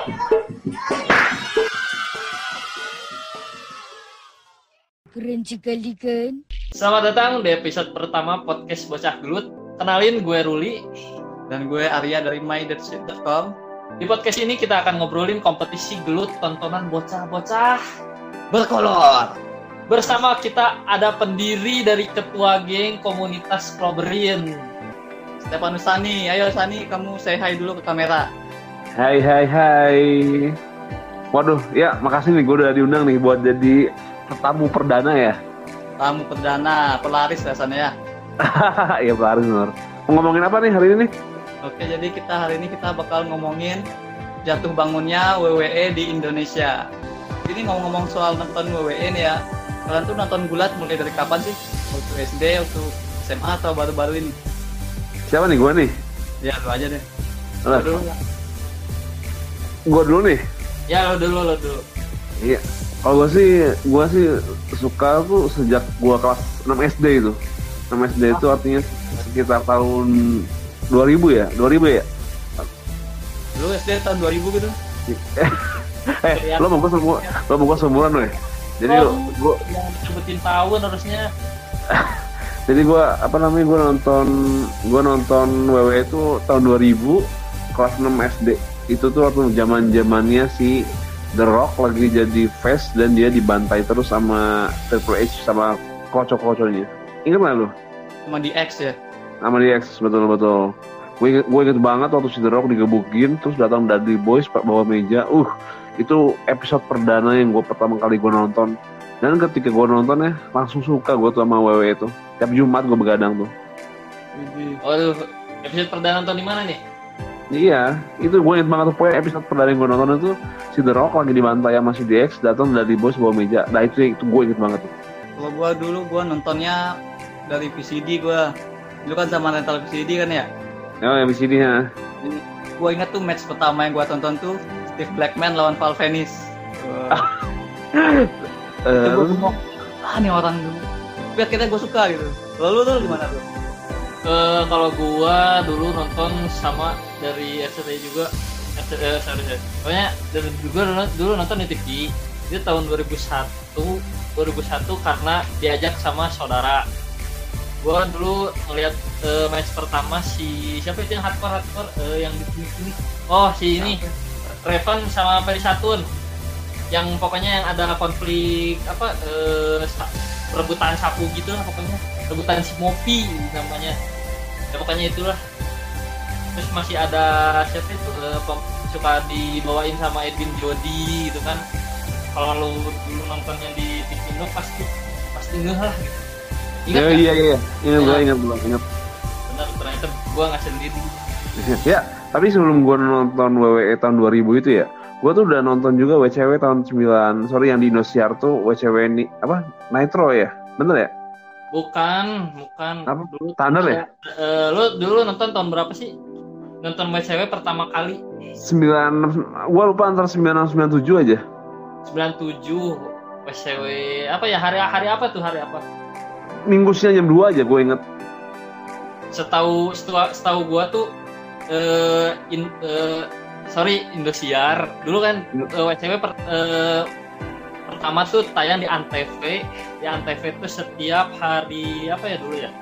Keren sekali kan? Selamat datang di episode pertama podcast Bocah Gelut. Kenalin, gue Ruli. Dan gue Arya dari my.shit.com. Di podcast ini kita akan ngobrolin kompetisi gelut tontonan bocah-bocah berkolor. Bersama kita ada pendiri dari ketua geng komunitas Kloberin, Stefanus Sani. Ayo Sani, kamu say hi dulu ke kamera. Hai. Waduh, ya makasih nih gue udah diundang nih buat jadi tamu perdana ya. Tamu perdana, pelaris rasanya ya. Iya pelaris bener. Mau ngomongin apa nih hari ini nih? Oke, jadi hari ini kita bakal ngomongin jatuh bangunnya WWE di Indonesia. Ini ngomong-ngomong soal nonton WWE nih ya. Kalian tuh nonton gulat mulai dari kapan sih? Waktu SD, waktu SMA atau baru-baru ini? Siapa nih gue nih? Ya, lu aja deh. Alah. Dulu. Gue dulu nih. Ya lo dulu. Iya. Kalau gue sih suka tuh sejak gue kelas 6 SD itu. 6 SD itu artinya sekitar tahun 2000 ya? 2000 ya? Lu SD tahun 2000 gitu? Lo mau gue seumuran loh ya? Jadi gue yang disebutin tahun harusnya. Jadi gue nonton WWE itu tahun 2000 kelas 6 SD. Itu tuh waktu zamannya si The Rock lagi jadi face dan dia dibantai terus sama Triple H sama kocok-kocoknya. Ingat nggak lu? Sama di X ya? Sama di X, betul. Gue inget banget waktu si The Rock digebukin terus datang Dudley Boyz bawa meja. Itu episode perdana yang gue pertama kali gue nonton. Dan ketika gue nonton ya langsung suka gue tuh sama WWE itu. Tiap Jumat gue begadang tuh. Oh, episode perdana nonton di mana nih? Iya, itu gue inget banget tuh. Pokoknya episode perdana yang gue nonton itu si The Rock lagi dibantai sama si DX, datang dari bos bawa meja. Nah itu gue inget banget tuh. Kalau gue dulu nontonnya dari VCD gue. Dulu kan sama rental VCD kan ya? Oh yang VCD-nya. Gue inget tuh match pertama yang gue tonton tuh Steve Blackman lawan Val Venis. Itu gue ngomong, nih orang dulu. Tapi akhirnya gue suka gitu. Lalu tuh gimana tuh? Kalau gua dulu nonton sama dari RCTI juga. Pokoknya dulu nonton di TV. Itu tahun 2001 karena diajak sama saudara. Gua dulu ngeliat match pertama si siapa itu yang hardcore yang di sini. Oh, si ini. Raven sama Ferry Saturn. Yang pokoknya yang ada konflik perebutan sapu gitu lah pokoknya. Rebutan si Mopi namanya. Ya pokoknya itulah. Terus masih ada siapa itu suka dibawain sama Edwin Jody gitu kan. Kalau lu dulu nontonnya di TV Indo pasti ngeh lah gitu. Iya. Ingat. Benar, ternyata gua nggak sendiri. Ya, tapi sebelum gue nonton WWE tahun 2000 itu ya, gue tuh udah nonton juga WCW tahun 9. Sorry yang di Indosiar tuh WCW ini apa? Nitro ya? Bener ya? Bukan. Apa? Dulu Thunder ya? Lu dulu nonton tahun berapa sih? Nonton WCW pertama kali? 9, gue lupa antara 96 97 aja. 97 WCW apa ya? Hari apa tuh? Hari apa? Minggu siang jam 2 aja gue inget. Setahu gua tuh Indosiar. Dulu kan WCW pertama tuh tayang di Antv. Di Antv tuh setiap hari apa ya dulu ya?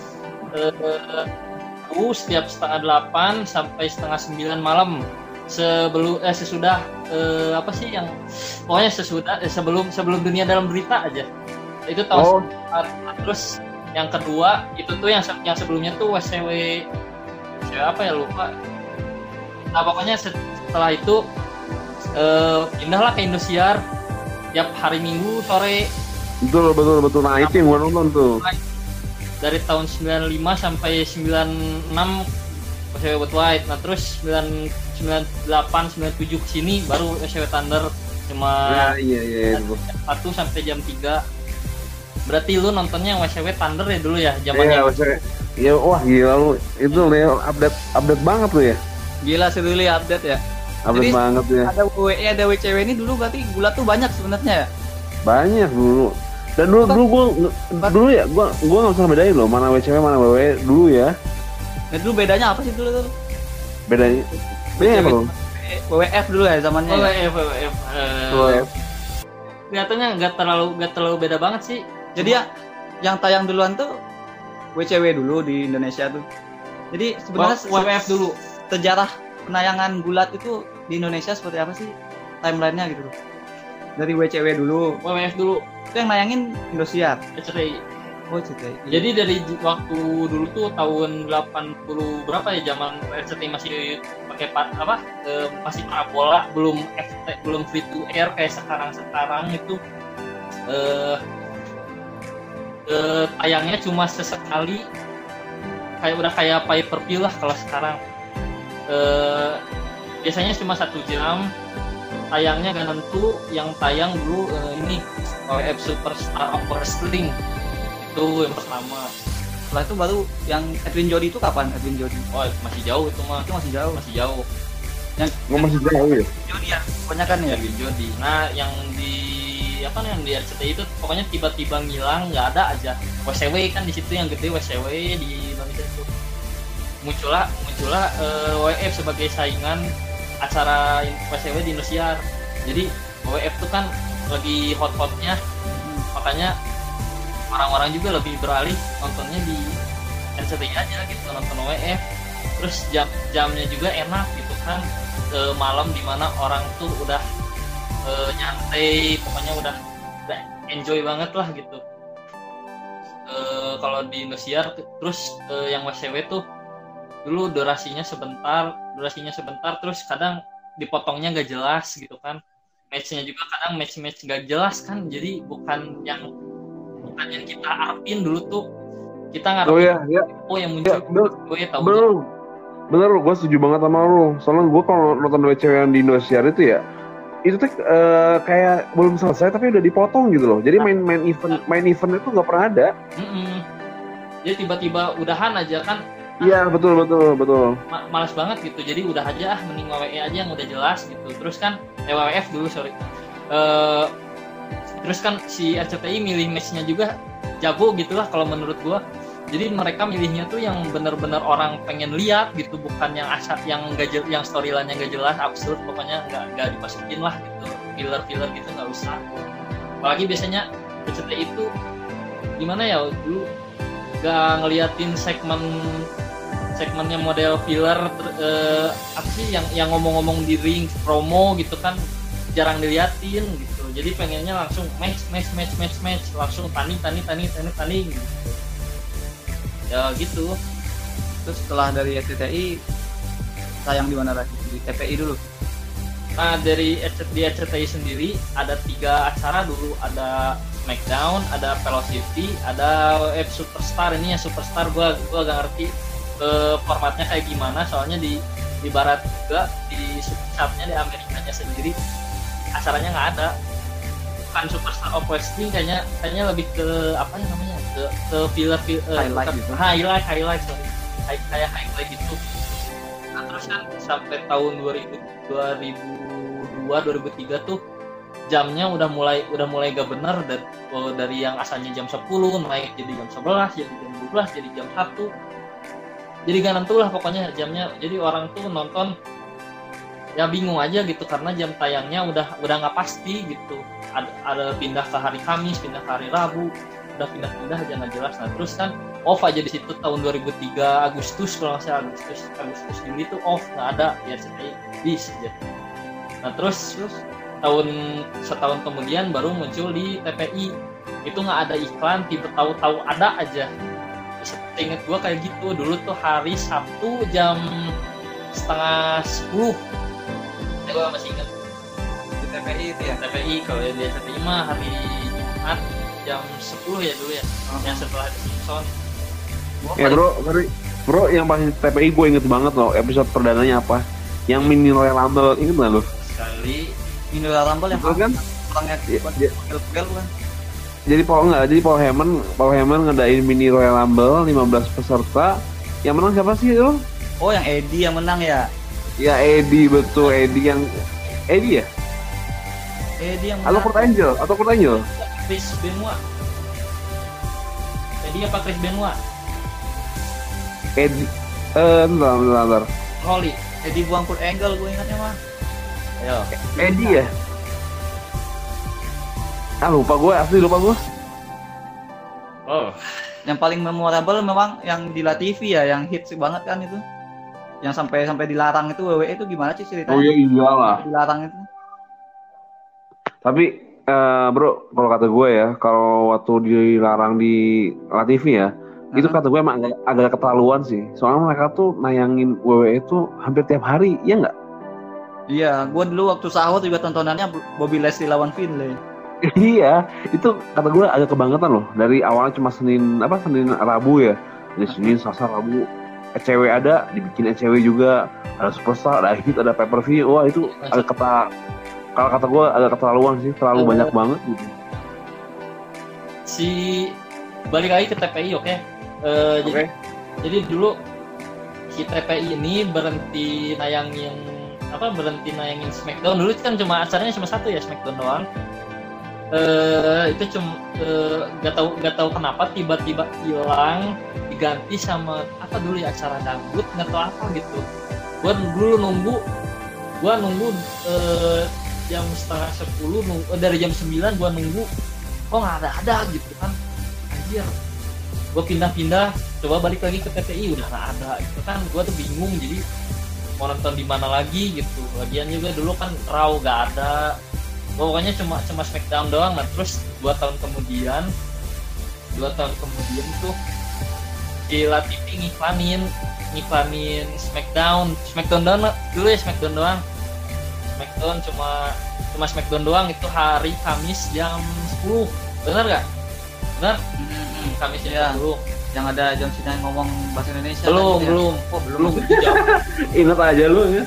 Setiap 7:30 sampai 8:30 malam. Sesudah apa sih yang pokoknya sebelum Dunia Dalam Berita aja. Itu tahun terus yang kedua itu tuh yang sebelumnya tuh WCW apa ya lupa. Nah pokoknya setelah itu pindahlah ke Indosiar tiap hari Minggu sore. Betul. Nah itu yang gue nonton tuh. Dari tahun 95 sampai 96 WCW Worldwide. Nah terus 98 97 kesini baru WCW Thunder cuma iya. 1 sampai jam 3. Berarti lu nontonnya yang WCW Thunder ya dulu ya zamannya. Iya WCW. Iya wah gila lu itu Leo update banget lu ya. Gila sih Ruli update ya. Update banget ya. Ada WWE ada WCW ini dulu berarti gulat tuh banyak sebenarnya ya. Banyak dulu. Dan dulu gue nggak bisa bedain loh mana WCW mana WWE dulu ya. Nah dulu bedanya apa sih dulu tuh? Bedanya apa loh? WWF dulu ya zamannya. Ya? WWF. WWF. Kelihatannya nggak terlalu beda banget sih. Jadi ya yang tayang duluan tuh WCW dulu di Indonesia tuh. Jadi sebenarnya WWF dulu. Sejarah penayangan gulat itu di Indonesia seperti apa sih timelinenya gitu? Dari WCW dulu. WWF dulu. Itu yang nayangin Indosiar. RCTI. Oh, RCTI. Jadi dari waktu dulu tuh tahun 80 berapa ya, zaman RCTI masih pakai masih parabola, belum belum free to air kayak sekarang itu. Tayangnya cuma sesekali, udah kayak pay per view lah kalau sekarang. Biasanya cuma 1 jam, tayangnya gak nentu. Yang tayang dulu ini WWF Superstar of Wrestling, itu yang pertama. Setelah itu baru yang Edwin Jody itu kapan? Edwin Jody? Oh, masih jauh itu mah. Itu masih jauh. Nggak masih jauh ya? Jody ya, kebanyakan ya. Edwin Jody. Nah, yang di RCTI itu pokoknya tiba-tiba ngilang, nggak ada aja. WCW kan di situ yang gede, WCW di Indonesia itu. Muncullah WWF sebagai saingan acara WCW di Indonesia. Jadi WWF itu kan lagi hot-hotnya, makanya orang-orang juga lebih beralih nontonnya di RCTI aja gitu, nonton WWF. Terus jamnya juga enak gitu kan, malam dimana orang tuh udah nyantai, pokoknya udah enjoy banget lah gitu. Kalau di Indosiar terus yang WCW tuh dulu durasinya sebentar, terus kadang dipotongnya nggak jelas gitu kan. Matchnya juga kadang match nggak jelas kan, jadi bukan yang kita arpin dulu tuh, kita ngarepin yang muncul. Bener, gue setuju banget sama lu. Soalnya gue kalau nonton WCW yang di Indosiar itu ya, itu tuh kayak belum selesai tapi udah dipotong gitu loh. Jadi main event itu nggak pernah ada. Jadi tiba-tiba udahan aja kan. Iya, betul. Males banget gitu. Jadi udah aja mending WWE aja yang udah jelas gitu. Terus kan WWF dulu terus kan si RCTI milih match-nya juga jago gitulah kalau menurut gua. Jadi mereka milihnya tuh yang benar-benar orang pengen lihat gitu, bukan yang yang storyline-nya nggak jelas, absurd, pokoknya nggak dimasukin lah gitu, filler gitu nggak usah. Apalagi biasanya RCTI itu gimana ya, dulu nggak ngeliatin segmennya model filler, apa sih yang ngomong-ngomong di ring promo gitu kan jarang diliatin gitu. Jadi pengennya langsung match, langsung tanding gitu. Ya gitu. Terus setelah dari RCTI tayang di mana lagi? Di TPI dulu. Nah, di RCTI sendiri ada 3 acara dulu, ada SmackDown, ada Velocity, ada WWF Superstar. Ini ya Superstar gua gak ngerti formatnya kayak gimana, soalnya di barat juga, di Superstarnya di Amerikanya sendiri acaranya nggak ada. Bukan Superstar of Wrestling, kayaknya lebih ke apa ya namanya, ke filler highlight gitu. Highlight kayak highlight gitu. Nah, terus kan sampai tahun 2002-2003 tuh jamnya udah mulai gak benar, dari yang asalnya jam 10 naik jadi jam 11, jadi jam 12, jadi jam 1. Jadi gak nentu lah pokoknya jamnya. Jadi orang tuh nonton ya bingung aja gitu, karena jam tayangnya udah nggak pasti gitu. Ada pindah ke hari Kamis, pindah ke hari Rabu, udah pindah aja nggak jelas. Nah terus kan off aja di situ tahun 2003 Agustus kalau nggak salah, Agustus Juli itu off, nggak ada ya, RCTI bis aja. Nah terus setahun kemudian baru muncul di TPI, itu nggak ada iklan, tiba tahu ada aja. Ingat gue kayak gitu dulu tuh, hari Sabtu jam 9:30. Gue masih ingat Di TPI itu ya. TPI, kalau di RCTI mah hari Jumat jam 10 ya dulu ya, yang setelah The Simpsons. Ya bro, yang pas TPI gue inget banget loh, episode perdananya apa? Yang mini Royal Rumble, inget nggak lo? Sekali Mini Royal Rumble yang kan? orangnya pegel kan? Jadi Paul Heyman ngadain mini Royal Rumble 15 peserta. Yang menang siapa sih lo? Oh, yang Eddie yang menang ya? Ya Eddie, betul. Eddie ya? Eddie yang menang. Atau Kurt Angle? Chris Benoit. Eddie apa Chris Benoit? Eddie, bentar. Holly. Eddie buang Kurt Angle, gue ingatnya mah. Ayo. Eddie ya? Lupa gue, asli lupa gue. Oh, Yang paling memorable memang yang di La TV ya, yang hits banget kan itu. Yang sampai dilarang itu WWE itu gimana sih ceritanya? Oh iya iyalah. Dilarang itu. Tapi bro, kalau kata gue ya, kalau waktu dilarang di La TV ya, itu kata gue emang agak keterlaluan sih. Soalnya mereka tuh nayangin WWE itu hampir tiap hari, iya nggak? Iya, gue dulu waktu sahur juga tontonannya Bobby Lashley lawan Finlay. Iya, itu kata gue agak kebangetan loh. Dari awalnya cuma Senin Rabu ya. Dari Senin, Selasa, Rabu. ECW ada, dibikin ECW juga. Ada Superstar, ada Hit, ada Pay Per View. Wah itu agak kalau kata gue agak keterlaluan sih, terlalu banyak banget gitu. Balik lagi ke TPI, oke? Jadi dulu si TPI ini berhenti nayangin Smackdown. Dulu kan cuma acaranya cuma satu ya, Smackdown doang. Itu cuma gak tahu kenapa tiba-tiba hilang, diganti sama apa dulu ya, acara dangdut, nggak tahu apa gitu. Gua dulu nunggu jam 9:30 dari jam 9 gua nunggu, kok nggak ada gitu kan, anjir. Gua pindah coba balik lagi ke TPI, udah nggak ada gitu kan. Gua tuh bingung, jadi mau nonton di mana lagi gitu. Lagian juga dulu kan Raw gak ada. Pokoknya cuma Smackdown doang. Nah terus 2 tahun kemudian tuh di La TV ngiklanin Smackdown doang dulu ya, Smackdown doang. Cuma Smackdown doang, itu hari Kamis jam 10. Benar nggak? Benar? Kamis jam 10. Yang ada John Cena yang ngomong bahasa Indonesia. Belum. Ingat aja lu ya.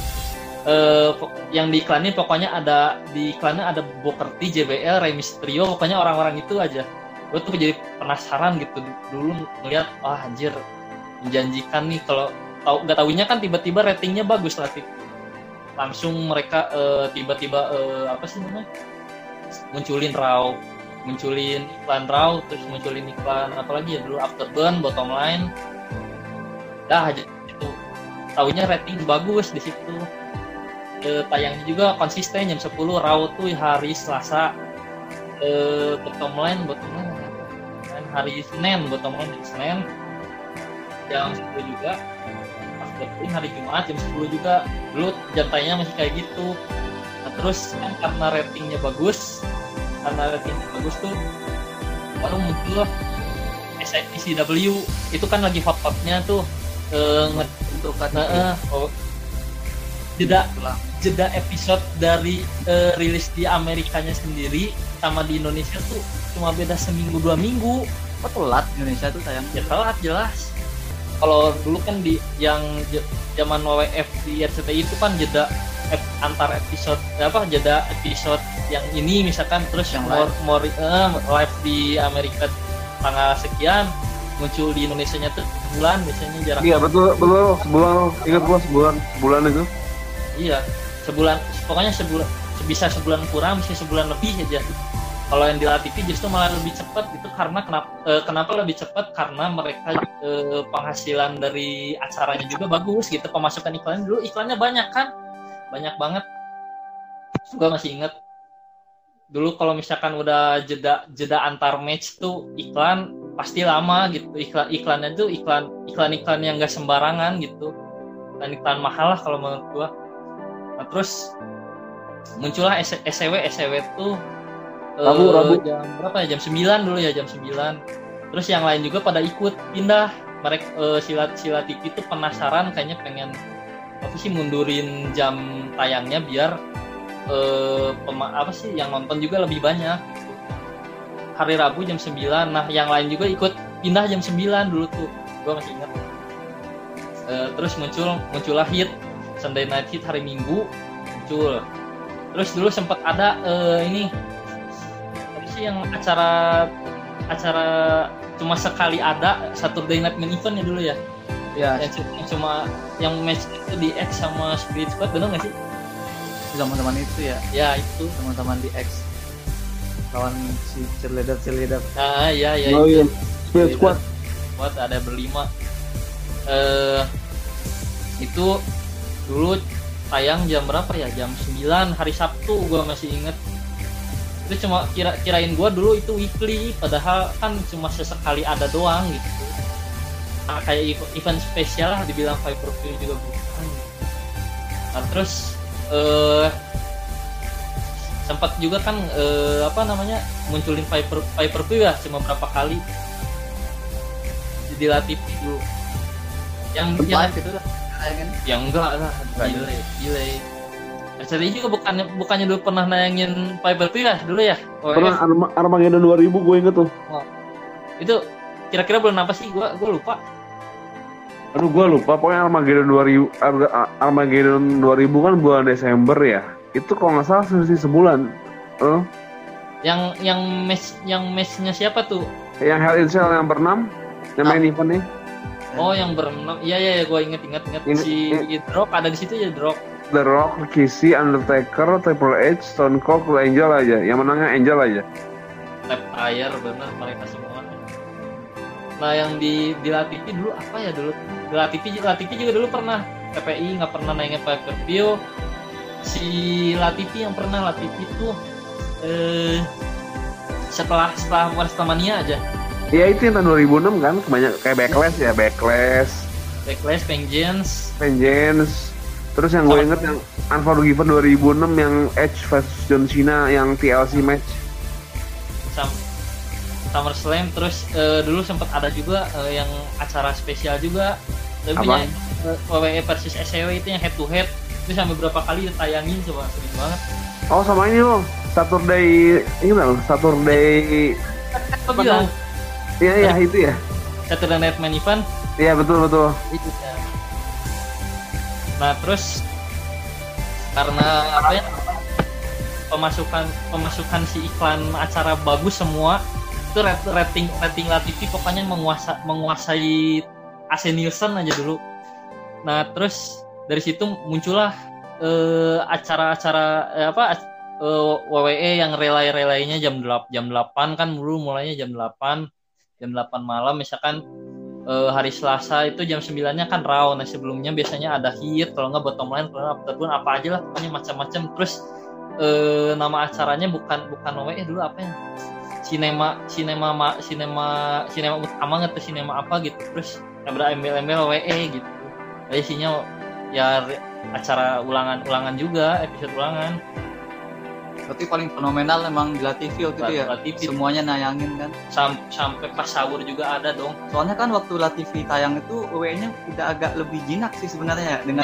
Yang diiklanin pokoknya ada Booker T, JBL, Rey Mysterio, pokoknya orang-orang itu aja. Gue tuh jadi penasaran gitu dulu ngeliat, anjir, menjanjikan nih. Kalau nggak taunya kan tiba-tiba ratingnya bagus lah, langsung mereka tiba-tiba munculin iklan Raw, terus munculin iklan apalagi ya dulu, Afterburn, Bottom Line, aja itu. Taunya rating bagus di situ. Tayangnya juga konsisten jam 10. Raw tuh hari Selasa, Bottom Line hari Senin, Bottom Line hari Senin jam 10 juga. Afterburn hari Jumat jam 10 juga. Dulu jam tayangnya masih kayak gitu. Nah, terus kan karena ratingnya bagus tuh baru muncul ECW. Itu kan lagi hot-hotnya tuh, jeda episode dari rilis di Amerikanya sendiri sama di Indonesia tuh cuma beda seminggu 2 minggu. Kok telat Indonesia tuh tayang? Ya telat jelas. Kalau dulu kan di yang zaman WWF di RCTI itu kan jeda antar episode, jeda episode yang ini misalkan, terus yang live di Amerika tanggal sekian, muncul di Indonesianya tuh bulan biasanya jarak. Iya betul sebulan. Ingat gua sebulan itu. Iya, pokoknya bisa sebulan kurang, bisa sebulan lebih aja. Kalau yang di La TV justru malah lebih cepat gitu, karena kenapa lebih cepat? Karena mereka penghasilan dari acaranya juga bagus gitu, pemasukan iklannya dulu iklannya banyak banget. Gue masih inget dulu kalau misalkan udah jeda antar match tuh iklan pasti lama gitu. Iklannya tuh iklan yang nggak sembarangan gitu, iklan mahal lah kalau menurut gue. Nah, terus muncullah ECW tuh Rabu. Jam berapa ya? Jam 9 dulu ya, jam 9. Terus yang lain juga pada ikut pindah. Mereka Sila TV tuh penasaran, kayaknya pengen mundurin jam tayangnya biar yang nonton juga lebih banyak gitu. Hari Rabu jam 9. Nah, yang lain juga ikut pindah jam 9 dulu tuh. Gua masih ingat. Terus muncullah Hit, Sunday Night Hit hari Minggu muncul. Terus dulu sempat ada yang acara cuma sekali ada, Saturday Night Main Event ya dulu ya. Ya. Yang match itu di X sama Spirit Squad, benar nggak sih? Teman-teman itu ya. Ya itu teman-teman di X lawan si cheerleader. Iya. Oh iya. Spirit Squad. Ada berlima. Itu dulu tayang jam berapa ya, jam 9 hari Sabtu, gue masih inget. Itu cuma kirain gue dulu itu weekly, padahal kan cuma sesekali ada doang gitu. Nah, kayak event spesial lah dibilang pay per view juga bukan. Nah terus sempat juga kan munculin pay per view ya, cuma berapa kali di TV dulu. Yang itu lah kan? Yang enggak lah, gile. Jadi juga bukannya dulu pernah nayangin pay per view ya dulu ya? Pernah Armageddon 2000 gue inget tuh. Oh. Itu kira-kira bulan apa sih? Gue lupa. Aduh gue lupa, pokoknya Armageddon 2000 kan bulan Desember ya. Itu kalau nggak salah sebulan. Yang matchnya siapa tuh? Yang Hell in Cell yang berenam, yang main eventnya. Oh yang berenam, iya gue inget. Si Rock ada di situ ya, The Rock. The Rock, Casey, Undertaker, Triple H, Stone Cold, Angel aja. Yang menangnya Angel aja. Tap Air, bener mereka semua. Nah yang di Latifi dulu apa ya dulu? Latifi juga dulu pernah. TPI nggak pernah nayangin pay per view. Si Latifi yang pernah itu setelah WrestleMania aja. Iya itu yang tahun 2006 kan, banyak kayak Backlash, Vengeance. Terus yang gue inget yang Unforgiven 2006 yang Edge versus John Cena yang TLC match. SummerSlam, terus dulu sempat ada juga yang acara spesial juga. Apa? WWE versus SCW itu yang head to head. Itu sampai berapa kali ditayangin, coba sering banget. Oh sama ini loh, Saturday. Apa bilang? Iya itu ya. Saturday Night Main Event. Iya betul. Itu ya. Nah terus karena apa ya, pemasukan si iklan acara bagus semua, itu rating Latifi pokoknya menguasai AC Nielsen aja dulu. Nah terus dari situ muncullah acara-acara WWE yang relay-relaynya jam 8 kan, dulu mulainya jam 8 malam, misalkan hari Selasa itu jam 9-nya kan Raw. Nah sebelumnya biasanya ada Heat, kalau nggak Bottom Line, kalau nggak apa aja lah, pokoknya macam-macam. Terus nama acaranya bukan WWE dulu, apa ya, sinema utama nggak tuh, sinema apa gitu. Terus ada embel-embel WWE gitu. Jadi isinya ya acara ulangan juga, episode ulangan. Berarti paling fenomenal emang di TV waktu itu ya. TV. Semuanya nayangin kan. Sampai pas sahur juga ada dong. Soalnya kan waktu TV tayang itu WWE-nya udah agak lebih jinak sih sebenarnya ya, dengan